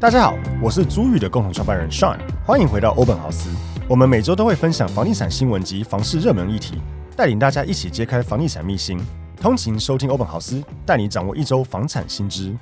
大家好，我是租宇的共同创办人 Sean， 欢迎回到欧本豪斯。我们每周都会分享房地产新闻及房市热门议题，带领大家一起揭开房地产秘辛。通勤收听欧本豪斯，带你掌握一周房产新知。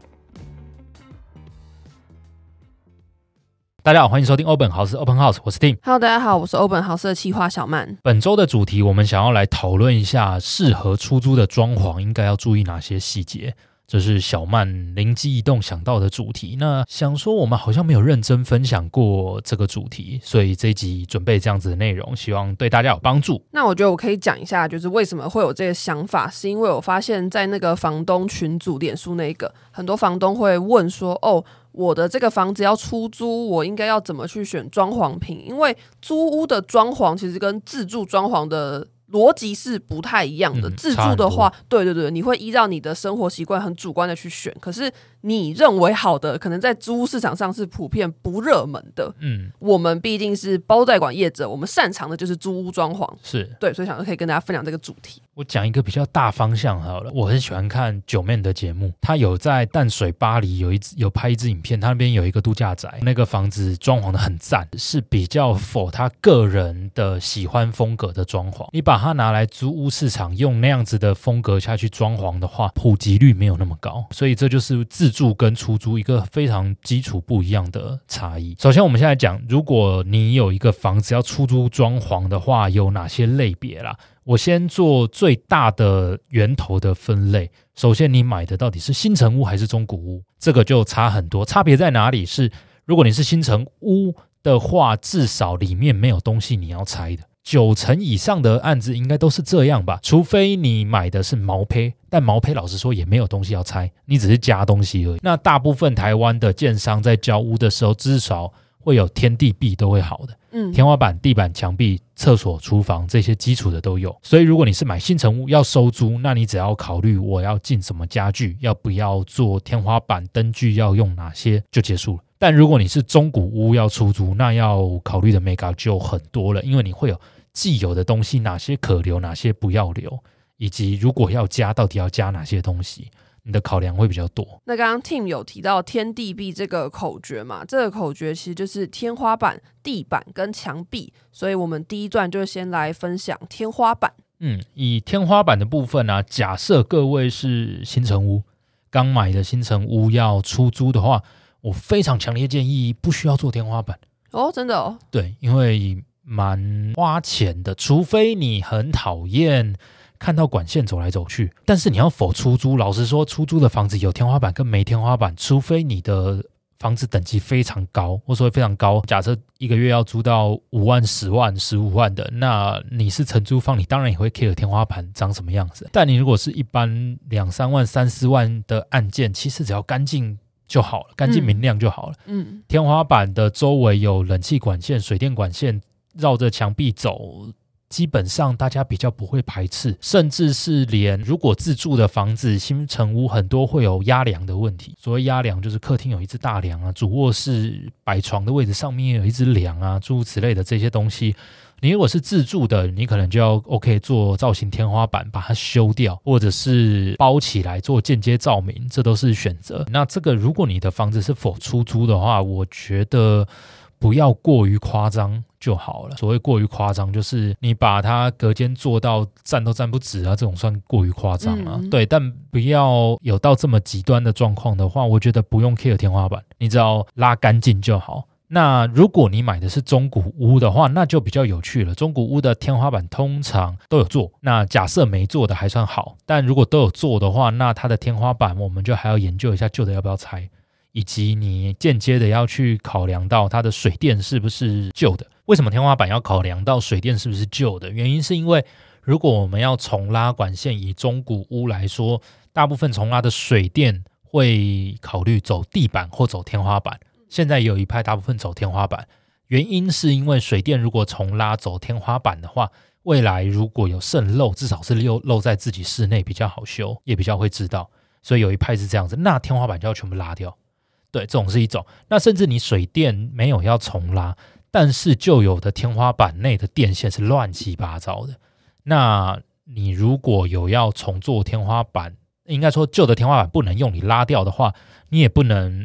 大家好，欢迎收听欧本豪斯 Open House， 我是 Tim。Hello， 大家好，我是欧本豪斯的企划小曼。 本周的主题，我们想要来讨论一下适合出租的装潢应该要注意哪些细节。这是小曼灵机一动想到的主题，那想说我们好像没有认真分享过这个主题，所以这一集准备这样子的内容，希望对大家有帮助。 那我觉得我可以讲一下，就是为什么会有这个想法，是因为我发现在那个房东群组脸书那个，很多房东会问说，我的这个房子要出租，我应该要怎么去选装潢品？因为租屋的装潢其实跟自住装潢的逻辑是不太一样的。自住的话，对，你会依照你的生活习惯很主观的去选，可是你认为好的，可能在租屋市场上是普遍不热门的。我们毕竟是包代管业者，我们擅长的就是租屋装潢， 是对， 所以想说可以跟大家分享这个主题。 我讲一个比较大方向好了，我很喜欢看九妹的节目，他有在淡水巴黎有拍一支影片，他那边有一个度假宅，那个房子装潢的很赞，是比较否他个人的喜欢风格的装潢。你把它拿来租屋市场用那样子的风格下去装潢的话，普及率没有那么高，所以这就是自住跟出租一个非常基础不一样的差异。首先我们现在讲，如果你有一个房子要出租装潢的话，有哪些类别啦？我先做最大的源头的分类。首先你买的到底是新成屋还是中古屋，这个就差很多。差别在哪里是，如果你是新成屋的话，至少里面没有东西你要拆的，90%以上的案子应该都是这样吧，除非你买的是毛坯，但毛坯老实说也没有东西要拆，你只是加东西而已。那大部分台湾的建商在交屋的时候，至少会有天地壁都会好的，天花板、地板、墙壁、厕所、厨房这些基础的都有。所以如果你是买新成屋要收租，那你只要考虑我要进什么家具，要不要做天花板，灯具要用哪些就结束了。但如果你是中古屋要出租，那要考虑的 mega 就很多了，因为你会有既有的东西哪些可留，哪些不要留，以及如果要加到底要加哪些东西，你的考量会比较多。 那刚刚 Tim 有提到天地壁这个口诀嘛，这个口诀其实就是天花板、地板跟墙壁，所以我们第一段就先来分享天花板。 以天花板的部分啊，假设各位是新成屋，刚买的新成屋要出租的话，我非常强烈建议不需要做天花板。 真的哦？ 对，因为蛮花钱的，除非你很讨厌看到管线走来走去，但是你要否出租，老实说出租的房子有天花板跟没天花板，除非你的房子等级非常高，或说非常高，假设一个月要租到5万、10万、15万的，那你是承租方，你当然也会 care 天花板长什么样子。但你如果是一般2、3万、3、4万的案件，其实只要干净就好了，干净明亮就好了。天花板的周围有冷气管线、水电管线绕着墙壁走，基本上大家比较不会排斥，甚至是连如果自住的房子新成屋很多会有压梁的问题。所谓压梁就是客厅有一只大梁啊，主卧室摆床的位置上面有一只梁啊，诸如此类的这些东西，你如果是自住的，你可能就要 OK 做造型天花板把它修掉，或者是包起来做间接照明，这都是选择。那这个如果你的房子是否出租的话，我觉得不要过于夸张就好了。所谓过于夸张，就是你把它隔间做到站都站不直啊，这种算过于夸张啊。对，但不要有到这么极端的状况的话，我觉得不用 care 天花板，你只要拉干净就好。那如果你买的是中古屋的话，那就比较有趣了。中古屋的天花板通常都有做，那假设没做的还算好，但如果都有做的话，那它的天花板我们就还要研究一下旧的要不要拆，以及你间接的要去考量到它的水电是不是旧的。为什么天花板要考量到水电是不是旧的？原因是因为如果我们要重拉管线，以中古屋来说，大部分重拉的水电会考虑走地板或走天花板，现在有一派大部分走天花板，原因是因为水电如果重拉走天花板的话，未来如果有渗漏，至少是漏在自己室内比较好修，也比较会知道，所以有一派是这样子，那天花板就要全部拉掉。对，这种是一种。那甚至你水电没有要重拉，但是旧有的天花板内的电线是乱七八糟的，那你如果有要重做天花板，应该说旧的天花板不能用你拉掉的话，你也不能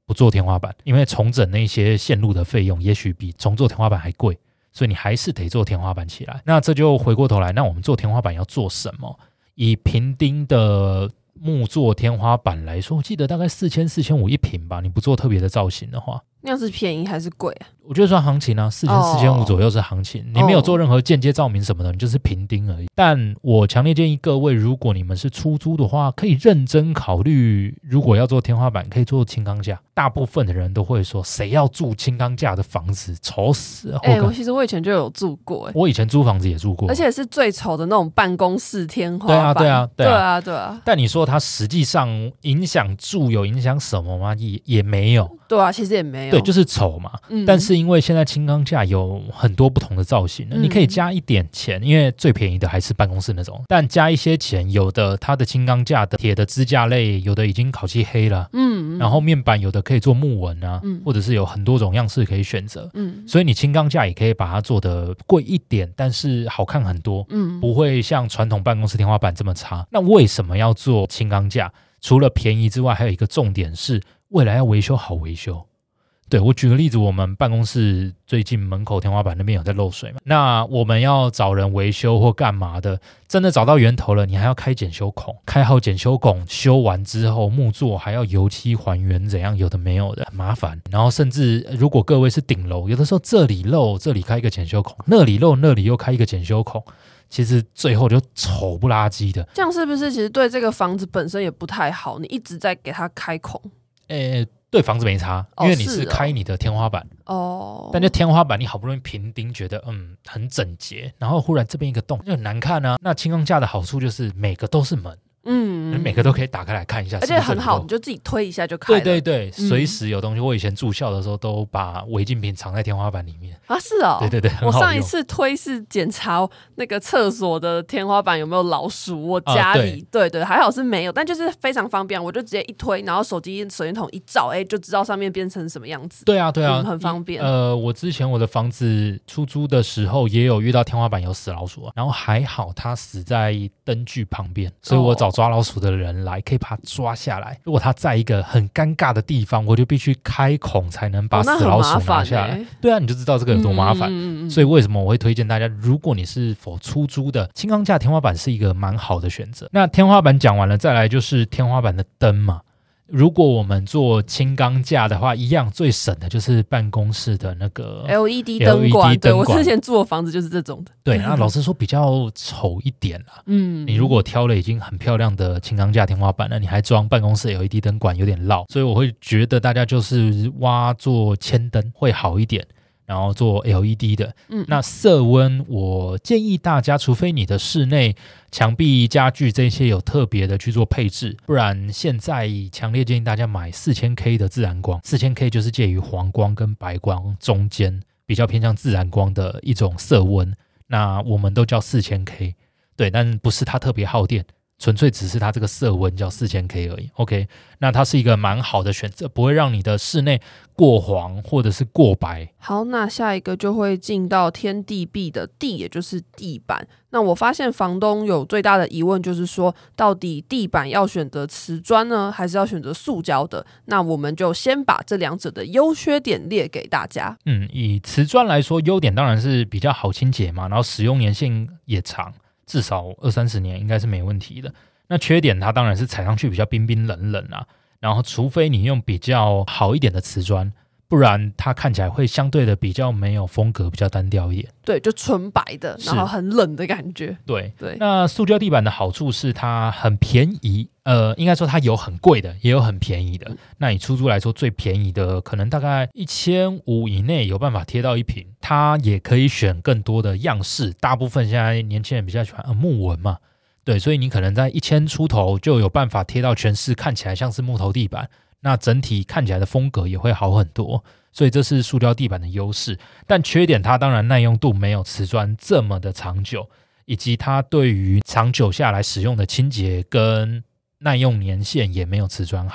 不做天花板，因为重整那些线路的费用也许比重做天花板还贵，所以你还是得做天花板起来。那这就回过头来，那我们做天花板要做什么？以平钉的木做天花板来说，我记得大概4000、4500一平吧，你不做特别的造型的话。 那样是便宜还是贵啊？ 我觉得算行情啊，4000、4500左右是行情。你没有做任何间接照明什么的，你就是平钉而已。但我强烈建议各位，如果你们是出租的话，可以认真考虑，如果要做天花板，可以做轻钢架。大部分的人都会说，谁要住轻钢架的房子，丑死了。 其实我以前就有住过， 我以前租房子也住过， 而且是最丑的那种办公室天花板。对啊。 但你说它实际上影响住有影响什么吗？也没有。 对啊，其实也没有。 对，就是丑嘛。但是因为现在轻钢架有很多不同的造型，你可以加一点钱，因为最便宜的还是办公室那种，但加一些钱，有的它的轻钢架的铁的支架类，有的已经烤漆黑了，然后面板有的可以做木纹啊，或者是有很多种样式可以选择，所以你轻钢架也可以把它做得贵一点，但是好看很多，不会像传统办公室天花板这么差。那为什么要做轻钢架？除了便宜之外，还有一个重点是未来要维修好维修。对，我举个例子，我们办公室最近门口天花板那边有在漏水嘛，那我们要找人维修或干嘛的，真的找到源头了，你还要开检修孔，开好检修孔，修完之后木作还要油漆还原，怎样有的没有的，很麻烦。然后甚至如果各位是顶楼，有的时候这里漏，这里开一个检修孔，那里漏，那里又开一个检修孔，其实最后就丑不拉几的。 这样是不是其实对这个房子本身也不太好？你一直在给它开孔。 对房子没差，因为你是开你的天花板但这天花板你好不容易平钉，觉得很整洁，然后忽然这边一个洞就很难看啊。那轻钢架的好处就是每个都是门，你每个都可以打开来看一下， 而且很好，你就自己推一下就开了。 对，随时有东西。我以前住校的时候都把违禁品藏在天花板里面啊，是哦， 对， 我上一次推是检查那个厕所的天花板有没有老鼠，我家里对，还好是没有，但就是非常方便，我就直接一推，然后手机手电筒一照，就知道上面变成什么样子。 对啊， 很方便。 我之前我的房子出租的时候也有遇到天花板有死老鼠然后还好它死在灯具旁边，所以我找抓老鼠的人来可以把它抓下来。如果它在一个很尴尬的地方，我就必须开孔才能把死老鼠拿下来。对啊，你就知道这个有多麻烦。所以为什么我会推荐大家，如果你是否出租的，轻钢架天花板是一个蛮好的选择。那天花板讲完了，再来就是天花板的灯嘛。如果我们做轻钢架的话，一样最省的就是办公室的那个 LED 灯管。对，我之前住的房子就是这种的。 对，那老实说比较丑一点啦。你如果挑了已经很漂亮的轻钢架天花板了，你还装办公室 LED 灯管，有点绕。所以我会觉得大家就是挖做铅灯会好一点。然后做 LED 的，那色温我建议大家，除非你的室内墙壁家具这些有特别的去做配置，不然现在强烈建议大家买 4000K 的自然光。 4000K 就是介于黄光跟白光中间，比较偏向自然光的一种色温，那我们都叫 4000K。 对，但不是它特别耗电，纯粹只是它这个色温叫 4000K 而已。 OK， 那它是一个蛮好的选择，不会让你的室内过黄或者是过白。 好，那下一个就会进到天地壁的地，也就是地板。那我发现房东有最大的疑问，就是说到底地板要选择瓷砖呢，还是要选择塑胶的？那我们就先把这两者的优缺点列给大家。 以瓷砖来说，优点当然是比较好清洁嘛，然后使用年限也长，至少20-30年应该是没问题的。那缺点它当然是踩上去比较冰冰冷冷啊，然后除非你用比较好一点的瓷砖，不然它看起来会相对的比较没有风格，比较单调一点。 对，就纯白的，然后很冷的感觉。 对，那塑胶地板的好处是它很便宜，应该说它有很贵的，也有很便宜的。那以出租来说，最便宜的可能大概1500以内有办法贴到一坪，它也可以选更多的样式。大部分现在年轻人比较喜欢木纹嘛。对，所以你可能在1000出头就有办法贴到全室看起来像是木头地板，那整体看起来的风格也会好很多，所以这是塑胶地板的优势。但缺点它当然耐用度没有瓷砖这么的长久，以及它对于长久下来使用的清洁跟耐用年限也没有瓷砖好。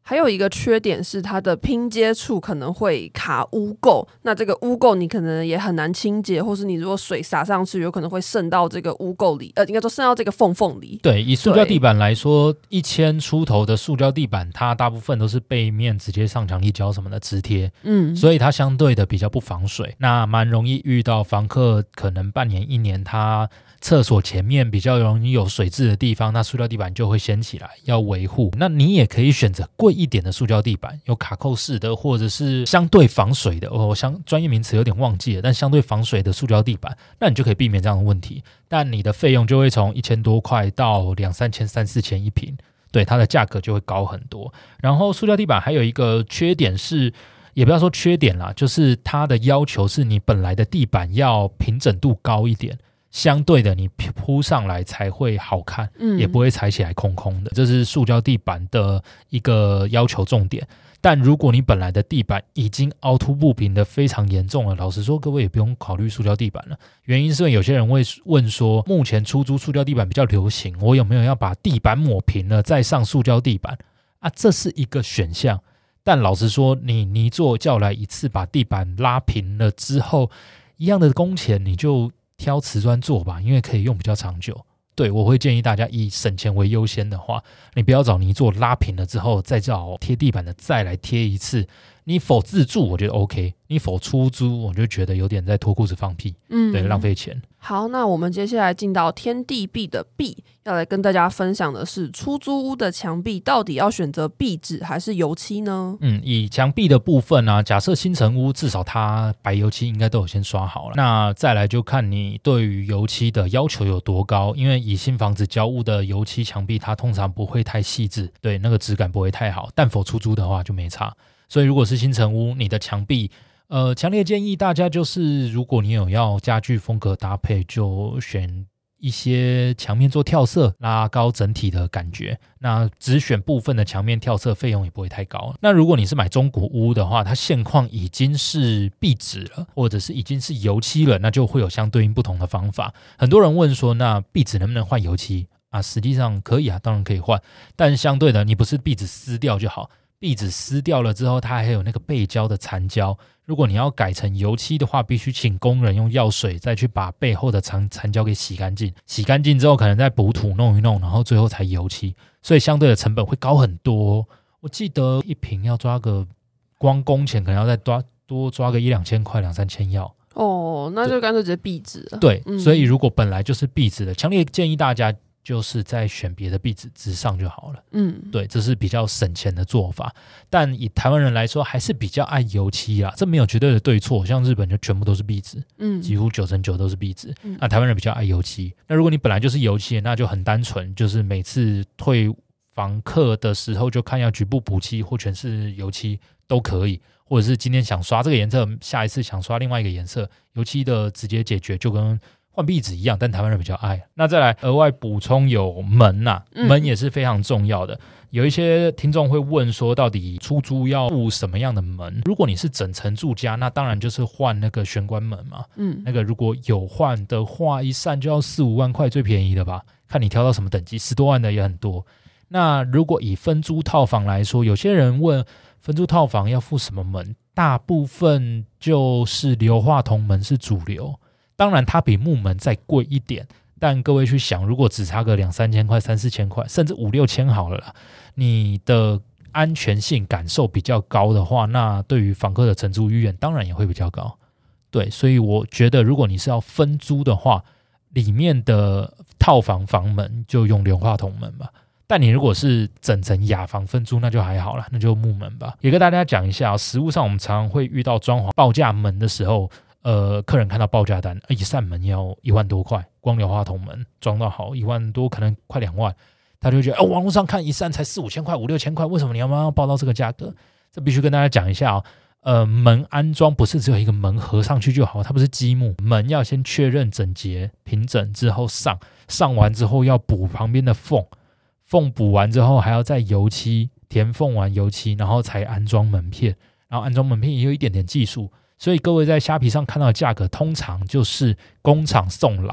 还有一个缺点是它的拼接处可能会卡污垢，那这个污垢你可能也很难清洁，或是你如果水洒上去有可能会渗到这个污垢里，应该说渗到这个缝里。 对，以塑胶地板来说，1000出头的塑胶地板它大部分都是背面直接上强力胶什么的直贴，所以它相对的比较不防水，那蛮容易遇到房客可能半年1年他厕所前面比较容易有水渍的地方，那塑胶地板就会掀起来要维护。那你也可以选择贵一点的塑胶地板，有卡扣式的或者是相对防水的，我专业名词有点忘记了，但相对防水的塑胶地板，那你就可以避免这样的问题，但你的费用就会从1000多块到2-3千、3-4千一坪，对，它的价格就会高很多。然后塑胶地板还有一个缺点是，也不要说缺点啦，就是它的要求是你本来的地板要平整度高一点，相对的你铺上来才会好看，也不会踩起来空空的，这是塑胶地板的一个要求重点。但如果你本来的地板已经凹凸不平的非常严重了，老实说各位也不用考虑塑胶地板了。原因是因为有些人会问说，目前出租塑胶地板比较流行，我有没有要把地板抹平了再上塑胶地板啊？这是一个选项，但老实说你泥作叫来一次把地板拉平了之后，一样的工钱你就挑瓷砖做吧，因为可以用比较长久。对，我会建议大家以省钱为优先的话，你不要找泥作拉平了之后再找贴地板的再来贴一次。你否自住我觉得 OK， 你否出租我就觉得有点在脱裤子放屁，对，浪费钱。 好，那我们接下来进到天地壁的壁，要来跟大家分享的是出租屋的墙壁到底要选择壁纸还是油漆呢？ 以墙壁的部分啊，假设新成屋至少它白油漆应该都有先刷好了，那再来就看你对于油漆的要求有多高，因为以新房子交屋的油漆墙壁它通常不会太细致，对，那个质感不会太好，但否出租的话就没差。所以如果是新成屋，你的墙壁强烈建议大家就是如果你有要家具风格搭配，就选一些墙面做跳色，拉高整体的感觉，那只选部分的墙面跳色费用也不会太高。那如果你是买中古屋的话，它现况已经是壁纸了，或者是已经是油漆了，那就会有相对应不同的方法。很多人问说，那壁纸能不能换油漆啊？实际上可以啊，当然可以换，但相对的你不是壁纸撕掉就好，壁纸撕掉了之后它还有那个背胶的残胶，如果你要改成油漆的话，必须请工人用药水再去把背后的残胶给洗干净，洗干净之后可能再补土弄一弄，然后最后才油漆，所以相对的成本会高很多。我记得一坪要抓个光工钱可能要再多抓个1-2千块，2-3千要。 那就干脆直接壁纸了。 对，所以如果本来就是壁纸的，强烈建议大家就是在选别的壁纸直上就好了。对，这是比较省钱的做法。但以台湾人来说，还是比较爱油漆啦，这没有绝对的对错。像日本就全部都是壁纸，几乎9成9都是壁纸。那台湾人比较爱油漆。那如果你本来就是油漆，那就很单纯，就是每次退房客的时候就看要局部补漆或全是油漆都可以，或者是今天想刷这个颜色，下一次想刷另外一个颜色，油漆的直接解决，就跟换壁纸一样，但台湾人比较爱。那再来额外补充有门啊，门也是非常重要的。有一些听众会问说，到底出租要布什么样的门？如果你是整层住家，那当然就是换那个玄关门嘛。那个如果有换的话，一扇就要4-5万块，最便宜的吧，看你挑到什么等级，10多万的也很多。那如果以分租套房来说，有些人问分租套房要附什么门，大部分就是硫化铜门是主流，当然它比木门再贵一点，但各位去想，如果只差个2-3千块、3-4千块，甚至5-6千好了啦，你的安全性感受比较高的话，那对于房客的承租意愿当然也会比较高。对，所以我觉得如果你是要分租的话，里面的套房房门就用硫化铜门吧。但你如果是整层雅房分租，那就还好啦，那就木门吧。也跟大家讲一下，实务上我们常常会遇到装潢报价门的时候，客人看到报价单，一扇门要1万多块，光硫化铜门装到好1万多，可能快2万，他就觉得网络上看一扇才4-5千块、5-6千块，为什么你要报到这个价格？这必须跟大家讲一下门安装不是只有一个门合上去就好，它不是积木，门要先确认整洁平整之后上完之后要补旁边的缝补完之后还要再油漆，填缝完油漆，然后才安装门片，然后安装门片也有一点点技术，所以各位在虾皮上看到的价格通常就是工厂送来，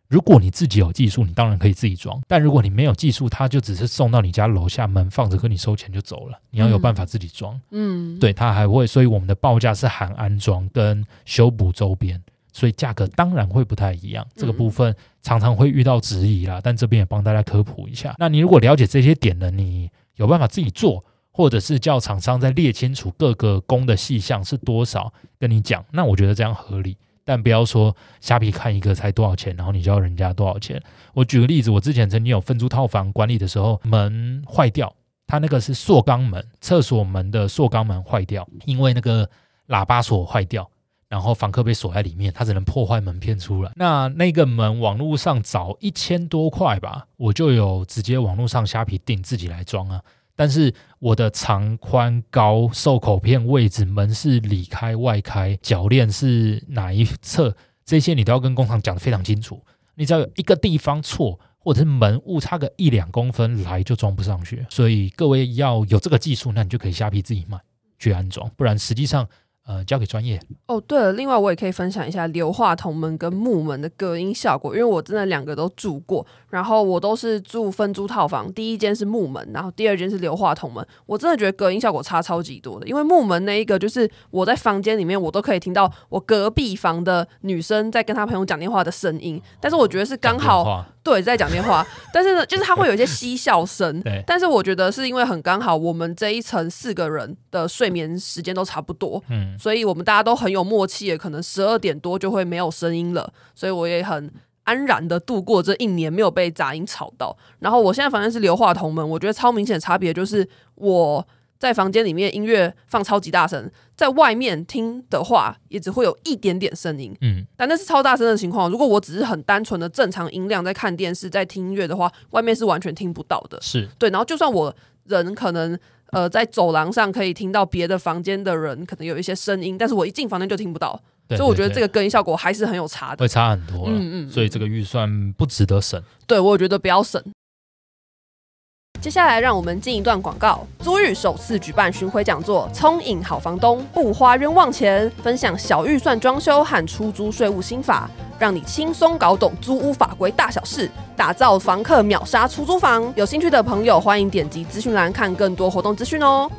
如果你自己有技术，你当然可以自己装，但如果你没有技术，他就只是送到你家楼下门放着跟你收钱就走了，你要有办法自己装。对，他还会，所以我们的报价是含安装跟修补周边，所以价格当然会不太一样，这个部分常常会遇到质疑啦，但这边也帮大家科普一下。那你如果了解这些点呢，你有办法自己做，或者是叫厂商再列清楚各个工的细项是多少跟你讲，那我觉得这样合理。但不要说虾皮看一个才多少钱，然后你就要人家多少钱。我举个例子，我之前曾经有分租套房管理的时候，门坏掉，它那个是塑钢门，厕所门的塑钢门坏掉，因为那个喇叭锁坏掉，然后房客被锁在里面，他只能破坏门片出来。那个门网络上找1000多块吧，我就有直接网络上虾皮订自己来装啊。但是我的长宽高受口片位置，门是里开外开，铰链是哪一侧，这些你都要跟工厂讲得非常清楚。你只要有一个地方错，或者是门误差个1-2公分来就装不上去。所以各位要有这个技术，那你就可以虾皮自己买去安装，不然实际上交给专业。 对了，另外我也可以分享一下硫化铜门跟木门的隔音效果，因为我真的2个都住过，然后我都是住分租套房，第一间是木门，然后第二间是硫化铜门，我真的觉得隔音效果差超级多的。因为木门那一个就是我在房间里面我都可以听到我隔壁房的女生在跟她朋友讲电话的声音，但是我觉得是刚好对在讲电话，但是呢就是它会有一些嬉笑声但是我觉得是因为很刚好我们这一层4个人的睡眠时间都差不多，所以我们大家都很有默契的，可能12点多就会没有声音了，所以我也很安然的度过这1年没有被杂音吵到。然后我现在房间是硫化铜门，我觉得超明显的差别就是我在房间里面音乐放超级大声，在外面听的话也只会有一点点声音，但那是超大声的情况。如果我只是很单纯的正常音量在看电视在听音乐的话，外面是完全听不到的。是对，然后就算我人可能在走廊上可以听到别的房间的人可能有一些声音，但是我一进房间就听不到，所以我觉得这个隔音效果还是很有差的， 会差很多所以这个预算不值得省。 对，我觉得不要省。接下来让我们进一段广告。租寓首次举办巡回讲座，聪颖好房东，不花冤枉钱，分享小预算装修和出租税务心法，让你轻松搞懂租屋法规大小事，打造房客秒杀出租房。有兴趣的朋友欢迎点击资讯栏看更多活动资讯哦。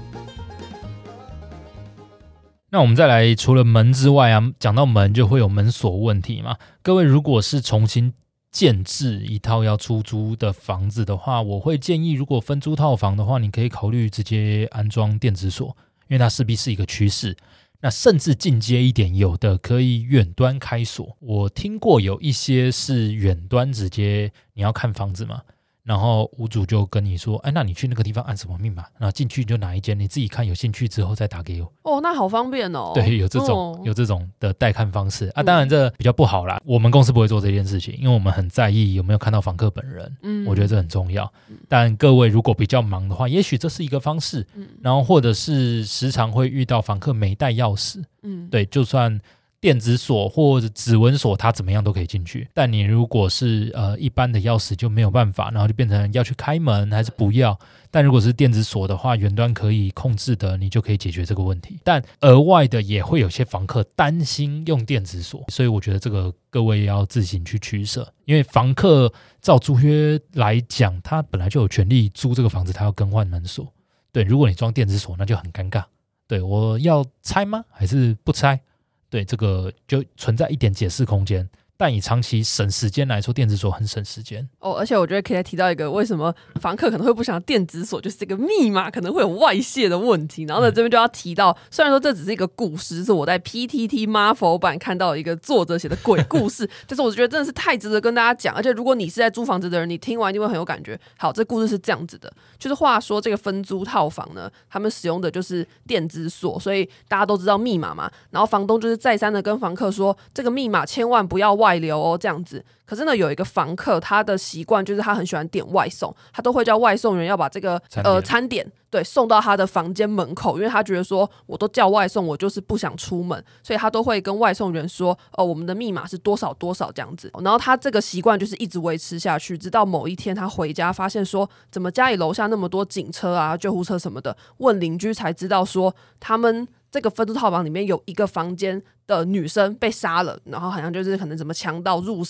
那我们再来，除了门之外啊，讲到门就会有门锁问题嘛。各位如果是重新建制一套要出租的房子的话，我会建议如果分租套房的话，你可以考虑直接安装电子锁，因为它势必是一个趋势。那甚至进阶一点，有的可以远端开锁。我听过有一些是远端直接，你要看房子嘛，然后屋主就跟你说，那你去那个地方按什么密码，然后进去就哪一间，你自己看有兴趣之后再打给我。 那好方便哦。 对，有这种的带看方式当然这比较不好啦，我们公司不会做这件事情，因为我们很在意有没有看到房客本人，我觉得这很重要。但各位如果比较忙的话，也许这是一个方式，然后或者是时常会遇到房客没带钥匙，对，就算电子锁或者指纹锁它怎么样都可以进去，但你如果是一般的钥匙就没有办法，然后就变成要去开门还是不要。但如果是电子锁的话，远端可以控制的，你就可以解决这个问题。但额外的也会有些房客担心用电子锁，所以我觉得这个各位要自行去取舍。因为房客照租约来讲，他本来就有权利租这个房子，他要更换门锁。对，如果你装电子锁那就很尴尬。对，我要拆吗还是不拆？对，这个就存在一点解释空间，但以长期省时间来说，电子锁很省时间而且我觉得可以再提到一个，为什么房客可能会不想电子锁，就是这个密码可能会有外泄的问题。然后呢，这边就要提到，虽然说这只是一个故事，是我在 PTT Marvel 版看到一个作者写的鬼故事，但是我觉得真的是太值得跟大家讲。而且如果你是在租房子的人，你听完一定会很有感觉。好，这故事是这样子的，就是话说这个分租套房呢，他们使用的就是电子锁，所以大家都知道密码嘛。然后房东就是再三的跟房客说，这个密码千万不要外流这样子。可是呢，有一个房客，他的习惯就是他很喜欢点外送，他都会叫外送员要把这个餐点对送到他的房间门口，因为他觉得说我都叫外送，我就是不想出门，所以他都会跟外送员说我们的密码是多少多少这样子。然后他这个习惯就是一直维持下去，直到某一天他回家发现说，怎么家里楼下那么多警车啊、救护车什么的，问邻居才知道说他们这个分租套房里面有一个房间的女生被杀了，然后好像就是可能什么强盗入室抢劫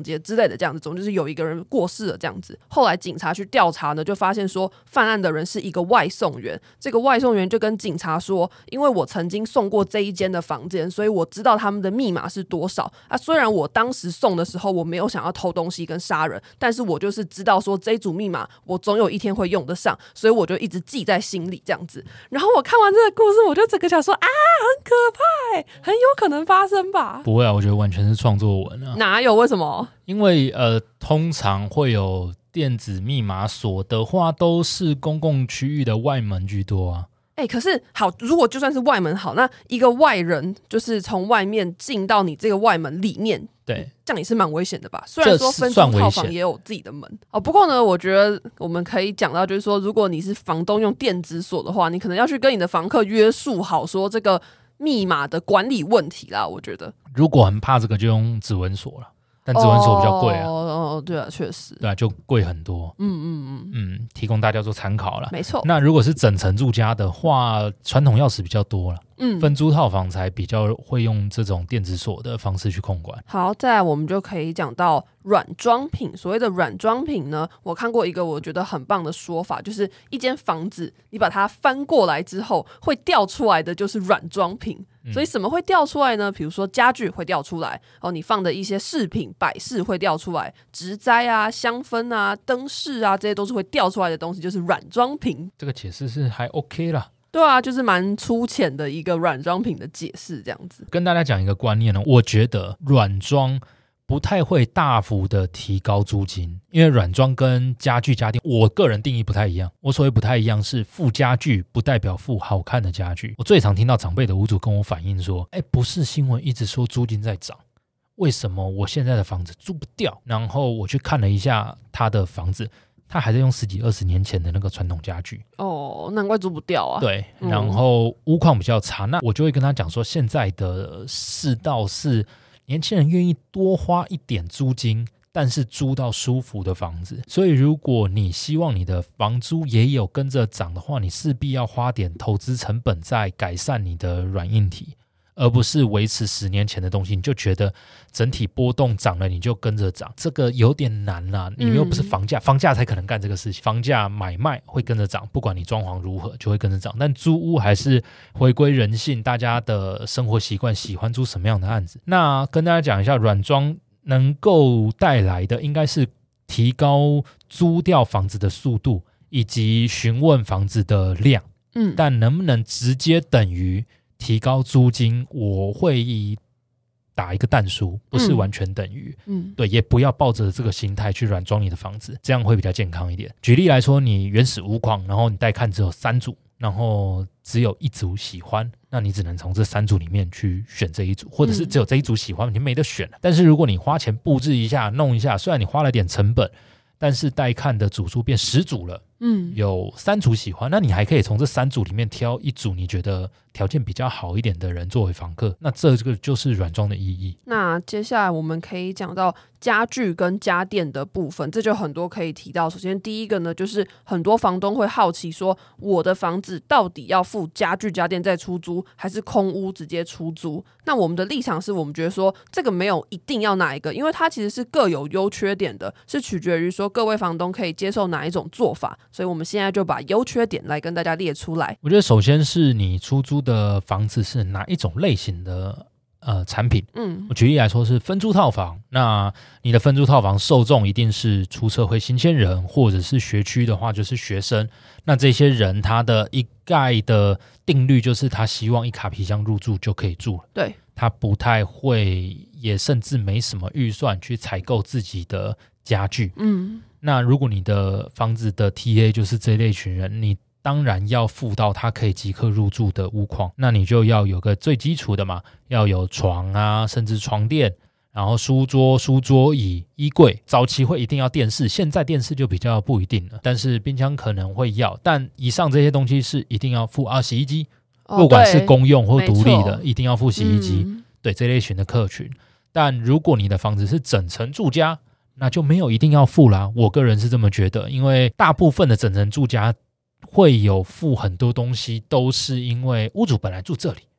节之类的这样子，总之就是有一个人过世了这样子。后来警察去调查呢，就发现说犯案的人是一个外送员，这个外送员就跟警察说，因为我曾经送过这一间的房间，所以我知道他们的密码是多少啊。虽然我当时送的时候我没有想要偷东西跟杀人，但是我就是知道说这一组密码我总有一天会用得上，所以我就一直记在心里这样子。然后我看完这个故事，我就整个想说啊，很可怕很有可能发生吧？ 不会啊，我觉得完全是创作文啊。 哪有？为什么？ 因为通常会有电子密码锁的话，都是公共区域的外门居多啊。 可是好，如果就算是外门好，那一个外人就是从外面进到你这个外门里面， 对， 这样也是蛮危险的吧？虽然说分租套房也有自己的门哦，不过呢，我觉得我们可以讲到，就是说，如果你是房东用电子锁的话，你可能要去跟你的房客约束好，说这个密码的管理问题啦。我觉得， 如果很怕这个，就用指纹锁了。但指纹锁比较贵啊。 对啊，确实， 对啊，就贵很多。提供大家做参考了。 没错。 那如果是整层住家的话，传统钥匙比较多了。分租套房才比较会用这种电子锁的方式去控管。 好，再来我们就可以讲到软装品。所谓的软装品呢，我看过一个我觉得很棒的说法，就是一间房子你把它翻过来之后，会掉出来的就是软装品。所以什么会掉出来呢？比如说家具会掉出来，你放的一些饰品摆饰会掉出来，植栽啊、香氛啊、灯饰啊，这些都是会掉出来的东西，就是软装品。 这个解释是还 OK 啦。 对啊，就是蛮粗浅的一个软装品的解释这样子。 跟大家讲一个观念呢，我觉得软装不太会大幅的提高租金，因为软装跟家具家电我个人定义不太一样。我所谓不太一样是附家具不代表附好看的家具。我最常听到长辈的屋主跟我反映说，不是新闻一直说租金在涨，为什么我现在的房子租不掉？然后我去看了一下他的房子，他还在用10几20年前的那个传统家具。 难怪租不掉啊。 对，然后屋况比较差，那我就会跟他讲说，现在的世道是年轻人愿意多花一点租金，但是租到舒服的房子。所以如果你希望你的房租也有跟着涨的话，你势必要花点投资成本在改善你的软硬体，而不是维持10年前的东西，你就觉得整体波动涨了你就跟着涨，这个有点难啦。你又不是房价，房价才可能干这个事情，房价买卖会跟着涨，不管你装潢如何就会跟着涨。但租屋还是回归人性，大家的生活习惯，喜欢租什么样的案子。那跟大家讲一下，软装能够带来的应该是提高租掉房子的速度，以及询问房子的量。但能不能直接等于提高租金，我会打一个但书，不是完全等于。对，也不要抱着这个心态去软装你的房子，这样会比较健康一点。举例来说，你原始屋况，然后你带看只有3组，然后只有1组喜欢，那你只能从这3组里面去选这一组，或者是只有这一组喜欢，你没得选了。但是如果你花钱布置一下弄一下，虽然你花了点成本，但是带看的组数变10组了，有3组喜欢，那你还可以从这3组里面挑1组你觉得条件比较好一点的人作为房客，那这个就是软装的意义。 那接下来我们可以讲到家具跟家电的部分，这就很多可以提到。首先第一个呢，就是很多房东会好奇说，我的房子到底要附家具家电再出租，还是空屋直接出租？那我们的立场是，我们觉得说这个没有一定要哪一个，因为它其实是各有优缺点的，是取决于说各位房东可以接受哪一种做法。所以我们现在就把优缺点来跟大家列出来。 我觉得首先是你出租的房子是哪一种类型的产品。我举例来说是分租套房，那你的分租套房受众一定是出社会新鲜人，或者是学区的话就是学生。那这些人他的一概的定律就是他希望一卡皮箱入住就可以住了， 对， 他不太会，也甚至没什么预算去采购自己的家具。那如果你的房子的 TA 就是这类群人，你当然要附到他可以即刻入住的屋况，那你就要有个最基础的嘛，要有床啊，甚至床垫，然后书桌、书桌椅、衣柜，早期会一定要电视，现在电视就比较不一定了，但是冰箱可能会要，但以上这些东西是一定要附洗衣机，不管是公用或独立的，一定要附洗衣机。对这类型的客群。但如果你的房子是整层住家，那就没有一定要附啦，我个人是这么觉得，因为大部分的整层住家会有附很多东西，都是因为屋主本来住这里，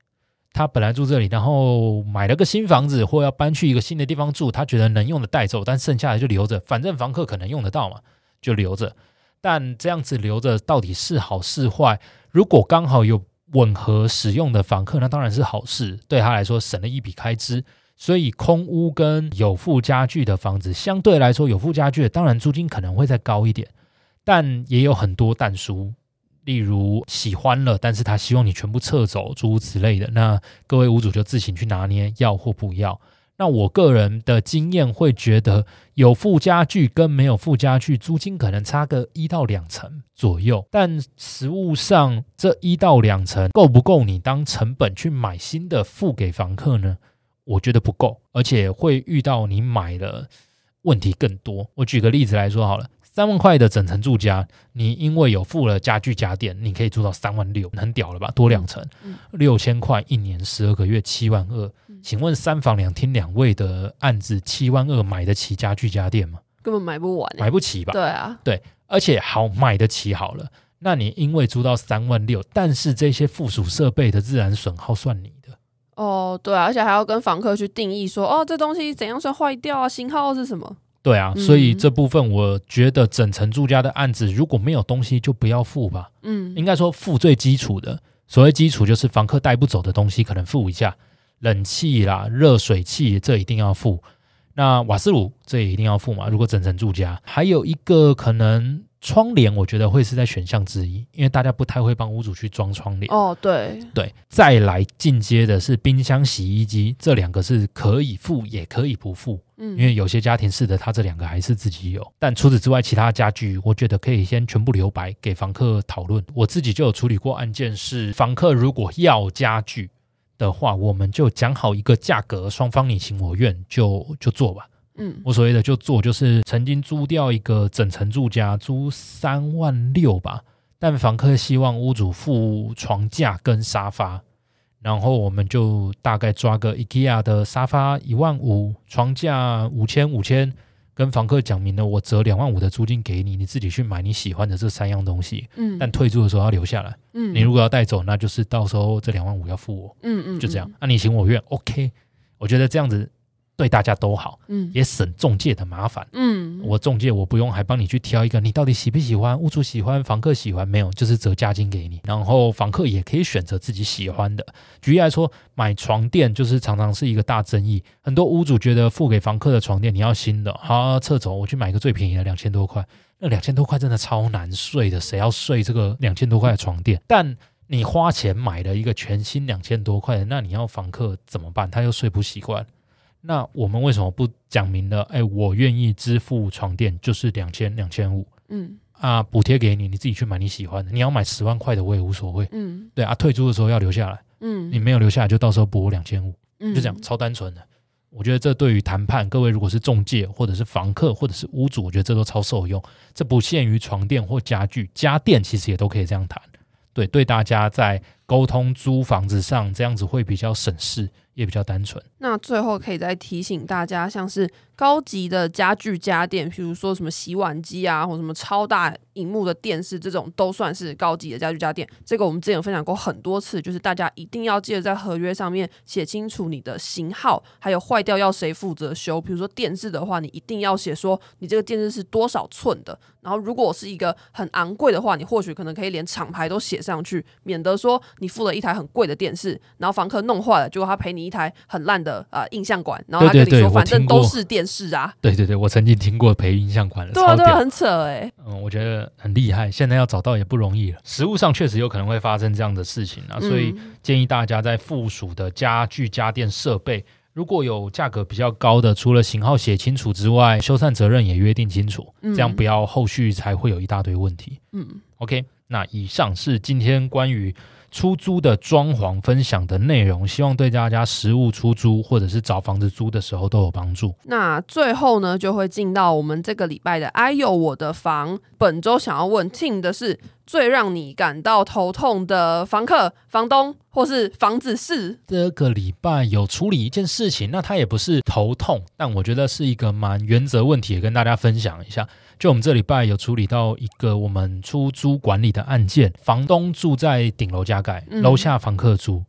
他本来住这里，然后买了个新房子，或要搬去一个新的地方住，他觉得能用的带走，但剩下的就留着，反正房客可能用得到嘛，就留着。但这样子留着到底是好是坏？如果刚好有吻合使用的房客，那当然是好事，对他来说省了一笔开支。所以空屋跟有附家具的房子，相对来说有附家具的当然租金可能会再高一点，但也有很多但书，例如喜欢了，但是他希望你全部撤走，诸如此类的，那各位屋主就自行去拿捏要或不要。那我个人的经验会觉得，有附家具跟没有附家具租金可能差个1到2成左右，但实务上这1到2成够不够你当成本去买新的付给房客呢？我觉得不够，而且会遇到你买了问题更多。我举个例子来说好了，3万块的整层住家，你因为有附了家具家电，你可以住到3万6，很屌了吧？多2成，6000块1年12个月7万2。请问3房2厅2卫的案子7万2买得起家具家电吗？ 根本买不完， 买不起吧？ 对啊， 对，而且好买得起好了，那你因为租到3万6，但是这些附属设备的自然损耗算你的。 哦，对啊，而且还要跟房客去定义说，哦，这东西怎样算坏掉啊？型号是什么？ 对啊，所以这部分我觉得整层住家的案子如果没有东西就不要付吧。应该说付最基础的，所谓基础就是房客带不走的东西可能付一下，冷气啦、热水器这一定要付，那瓦斯炉这也一定要付嘛，如果整层住家。还有一个可能窗帘我觉得会是在选项之一，因为大家不太会帮屋主去装窗帘。 哦，对对，再来进阶的是冰箱洗衣机，这2个是可以付也可以不付，因为有些家庭式的他这2个还是自己有。但除此之外其他家具我觉得可以先全部留白给房客讨论。我自己就有处理过案件，是房客如果要家具的话，我们就讲好一个价格，双方你情我愿就做吧。我所谓的就做，就是曾经租掉一个整层住家，租3万6吧，但房客希望屋主付床架跟沙发，然后我们就大概抓个 IKEA 的沙发1万5，床架5000，跟房客讲明了，我折2万5的租金给你，你自己去买你喜欢的这3样东西，但退租的时候要留下来，你如果要带走，那就是到时候这2万5要付我，就这样，你情我愿 OK， 我觉得这样子对大家都好，也省中介的麻烦。我中介我不用还帮你去挑一个你到底喜不喜欢，屋主喜欢，房客喜欢，没有，就是折价金给你，然后房客也可以选择自己喜欢的。举例来说，买床垫就是常常是一个大争议，很多屋主觉得付给房客的床垫你要新的，好撤走，我去买一个最便宜的2000多块，那2000多块真的超难睡的，谁要睡这个2000多块的床垫？但你花钱买了一个全新2000多块的，那你要房客怎么办？他又睡不习惯。那我们为什么不讲明了？我愿意支付床垫就是2000、2500，补贴给你，你自己去买你喜欢的。你要买10万块的我也无所谓，对啊，退租的时候要留下来，你没有留下来就到时候补我2500，就这样，超单纯的。我觉得这对于谈判，各位如果是仲介或者是房客或者是屋主，我觉得这都超受用。这不限于床垫或家具，家电其实也都可以这样谈。对大家在沟通租房子上这样子会比较省事，也比较单纯。 那最后可以再提醒大家，像是高级的家具家电，比如说什么洗碗机啊，或什么超大萤幕的电视，这种都算是高级的家具家电。这个我们之前有分享过很多次，就是大家一定要记得在合约上面写清楚你的型号，还有坏掉要谁负责修。比如说电视的话，你一定要写说你这个电视是多少寸的，然后如果是一个很昂贵的话，你或许可能可以连厂牌都写上去，免得说你付了一台很贵的电视，然后房客弄坏了，结果他赔你一台很烂的映像管，然后他跟你说反正都是电视啊。 对，我曾经听过赔映像管的， 对啊对啊，很扯我觉得很厉害，现在要找到也不容易了。实务上确实有可能会发生这样的事情啊，所以建议大家在附属的家具家电设备，如果有价格比较高的，除了型号写清楚之外，修缮责任也约定清楚，这样不要后续才会有一大堆问题。OK， 那以上是今天关于出租的装潢分享的内容，希望对大家实务出租或者是找房子租的时候都有帮助。 那最后呢，就会进到我们这个礼拜的哎呦我的房。本周想要问 Tim 的是，最让你感到头痛的房客、房东或是房子是？ 这个礼拜有处理一件事情，那它也不是头痛，但我觉得是一个蛮原则问题，也跟大家分享一下。就我们这礼拜有处理到一个我们出租管理的案件，房东住在顶楼加盖，楼下房客租。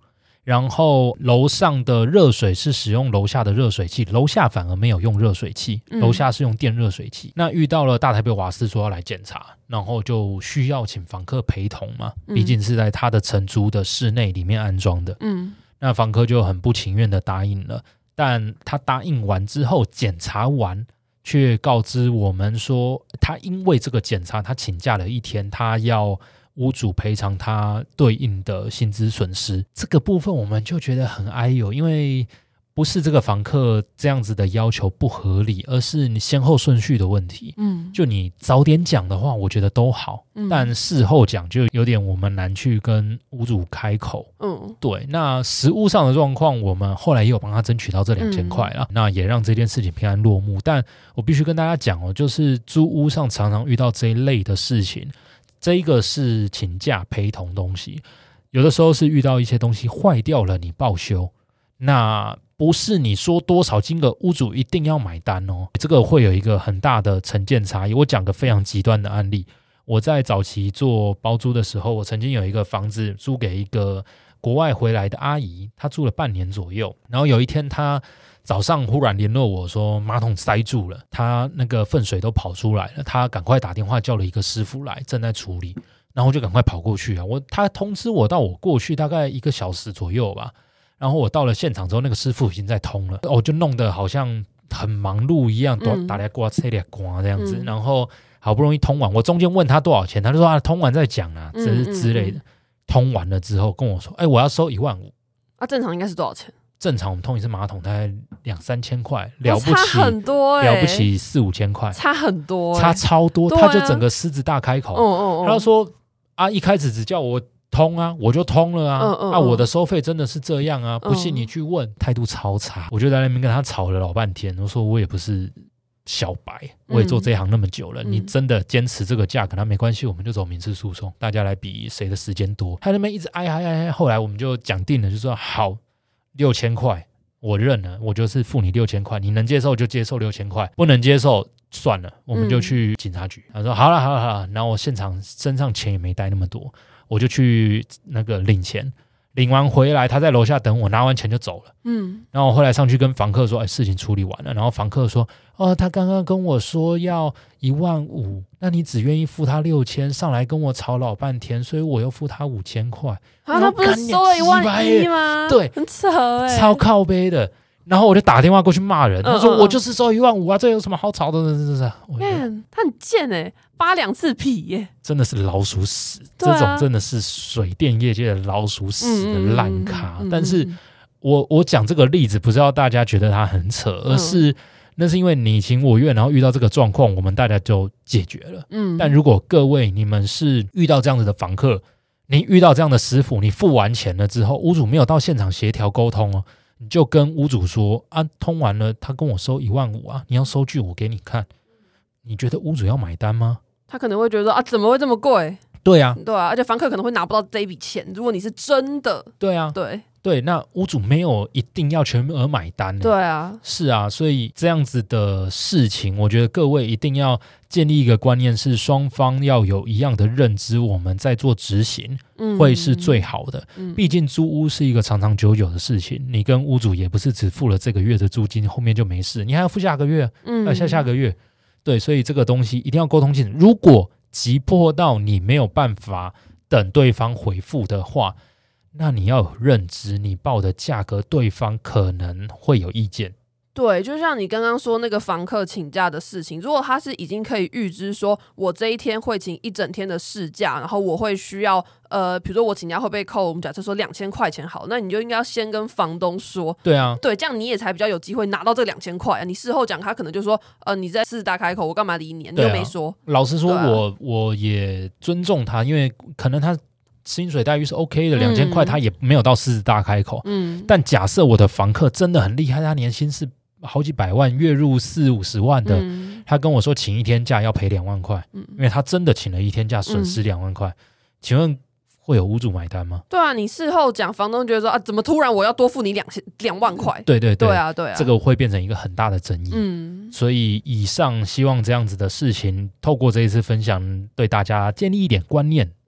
然后楼上的热水是使用楼下的热水器，楼下反而没有用热水器，楼下是用电热水器。那遇到了大台北瓦斯说要来检查，然后就需要请房客陪同嘛，毕竟是在他的承租的室内里面安装的。那房客就很不情愿的答应了，但他答应完之后检查完却告知我们说，他因为这个检查他请假了1天，他要屋主赔偿他对应的薪资损失。这个部分我们就觉得很哎呦，因为不是这个房客这样子的要求不合理，而是你先后顺序的问题。就你早点讲的话我觉得都好，但事后讲就有点我们难去跟屋主开口。对，那实务上的状况我们后来也有帮他争取到这2000块啦，那也让这件事情平安落幕。但我必须跟大家讲哦，就是租屋上常常遇到这一类的事情，这一个是请假陪同东西，有的时候是遇到一些东西坏掉了你报修，那不是你说多少金额屋主一定要买单哦，这个会有一个很大的成见差异。我讲个非常极端的案例，我在早期做包租的时候，我曾经有一个房子租给一个国外回来的阿姨，她住了半年左右，然后有一天她早上忽然联络我说马桶塞住了，她那个粪水都跑出来了，她赶快打电话叫了一个师傅来，正在处理，然后我就赶快跑过去啊，她通知我到我过去大概1个小时左右吧，然后我到了现场之后，那个师傅已经在通了，我就弄得好像很忙碌一样，打来刮切来刮这样子，然后好不容易通完，我中间问他多少钱，他就说通完再讲啊，之类的。通完了之后跟我说，我要收15000 啊，正常应该是多少钱？ 正常我们通一次马桶大概2-3千块，了不起差很多了不起4-5千块， 差很多差超多，他就整个狮子大开口，他就说一开始只叫我通啊，我就通了啊，我的收费真的是这样啊，不信你去问，态度超差，我就在那边跟他吵了老半天，我说我也不是小白，我也做这一行那么久了，你真的坚持这个价格那没关系，我们就走民事诉讼，大家来比谁的时间多。他那边一直哀，后来我们就讲定了，就说好6000块我认了，我就是付你6000块，你能接受就接受6000块，不能接受算了，我们就去警察局。他说好了，然后我现场身上钱也没带那么多，我就去那个领钱，领完回来他在楼下等我，拿完钱就走了。然后我后来上去跟房客说事情处理完了，然后房客说他刚刚跟我说要15000，那你只愿意付他6000，上来跟我吵老半天，所以我又付他5000块。他不是收了11000吗？ 对， 很扯超靠背的。然后我就打电话过去骂人，他说我就是收15000啊，这有什么好吵的？ 他很贱扒2次皮耶， 真的是老鼠屎，这种真的是水电业界的老鼠屎的烂咖。但是我讲这个例子不是要大家觉得他很扯，而是那是因为你情我愿，然后遇到这个状况，我们大家就解决了。但如果各位你们是遇到这样子的房客，你遇到这样的师傅，你付完钱了之后，屋主没有到现场协调沟通你就跟屋主说通完了他跟我收15000啊，你要收据我给你看，你觉得屋主要买单吗？ 他可能会觉得怎么会这么贵？ 对啊， 而且房客可能会拿不到这一笔钱，如果你是真的。 对啊，对，那屋主没有一定要全额买单对啊， 是啊，所以这样子的事情，我觉得各位一定要建立一个观念，是双方要有一样的认知，我们在做执行会是最好的。毕竟租屋是一个长长久久的事情，你跟屋主也不是只付了这个月的租金，后面就没事，你还要付下个月，下个月。对，所以这个东西一定要沟通清楚。如果急迫到你没有办法等对方回复的话，那你要有认知，你报的价格对方可能会有意见。 对，就像你刚刚说那个房客请假的事情，如果他是已经可以预知说我这一天会请1整天的事假，然后我会需要比如说我请假会被扣，我们假设说2000块钱好，那你就应该要先跟房东说。 对啊， 对，这样你也才比较有机会拿到这2000块。你事后讲，他可能就说你在狮子大开口，我干嘛理你？你又没说。 老实说，我也尊重他，因为可能他薪水待遇是 OK 的，2000块他也没有到狮子大开口。但假设我的房客真的很厉害，他年薪是好几百万，月入40-50万的，他跟我说请1天假要赔2万块，因为他真的请了1天假，损失2万块。请问会有屋主买单吗？ 对啊，你事后讲，房东觉得说怎么突然我要多付你2万块？ 对啊， 这个会变成一个很大的争议。所以以上希望这样子的事情，透过这一次分享，对大家建立一点观念。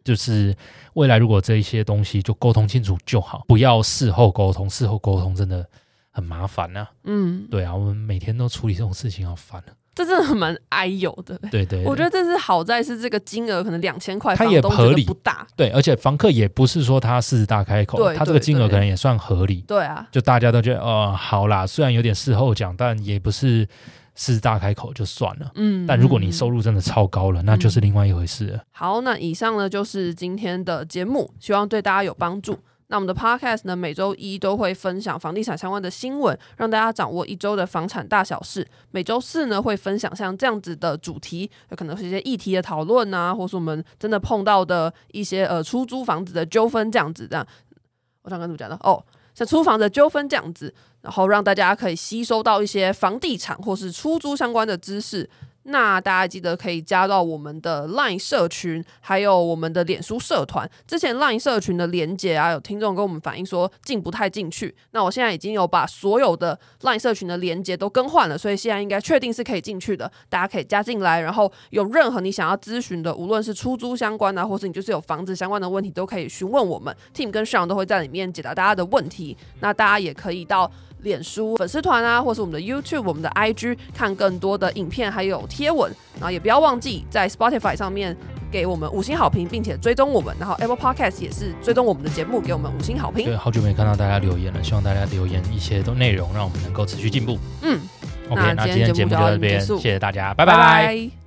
就是未来如果这一些东西就沟通清楚就好，不要事后沟通，事后沟通真的很麻烦啊。对啊，我们每天都处理这种事情，好烦啊。 这真的蛮哀有的。 对对， 我觉得这是好在是这个金额可能2000块， 它也合理， 不大。 对，而且房客也不是说他狮子大开口，他这个金额可能也算合理。 对啊， 就大家都觉得好啦，虽然有点事后讲，但也不是狮子大开口就算了。但如果你收入真的超高了，那就是另外一回事了。 好，那以上呢就是今天的节目，希望对大家有帮助。那我们的 podcast 呢，每周一都会分享房地产相关的新闻，让大家掌握一周的房产大小事。每周四呢，会分享像这样子的主题，有可能是一些议题的讨论啊，或是我们真的碰到的一些出租房子的纠纷这样子的。我想跟你们讲的像出房的纠纷这样子，然后让大家可以吸收到一些房地产或是出租相关的知识。那大家记得可以加到我们的 LINE 社群，还有我们的脸书社团。之前 LINE 社群的连结啊，有听众跟我们反映说进不太进去。那我现在已经有把所有的 LINE 社群的连结都更换了，所以现在应该确定是可以进去的。大家可以加进来，然后有任何你想要咨询的，无论是出租相关啊，或是你就是有房子相关的问题，都可以询问我们。Tim 跟 Sean 都会在里面解答大家的问题。那大家也可以到脸书粉丝团啊，或是我们的 YouTube、我们的 IG 看更多的影片还有贴文，然后也不要忘记在 Spotify 上面给我们5星好评，并且追踪我们，然后 Apple Podcast 也是追踪我们的节目，给我们5星好评。 对，好久没看到大家留言了，希望大家留言一些内容，让我们能够持续进步。OK， 那今天节目就到这边，谢谢大家，拜拜。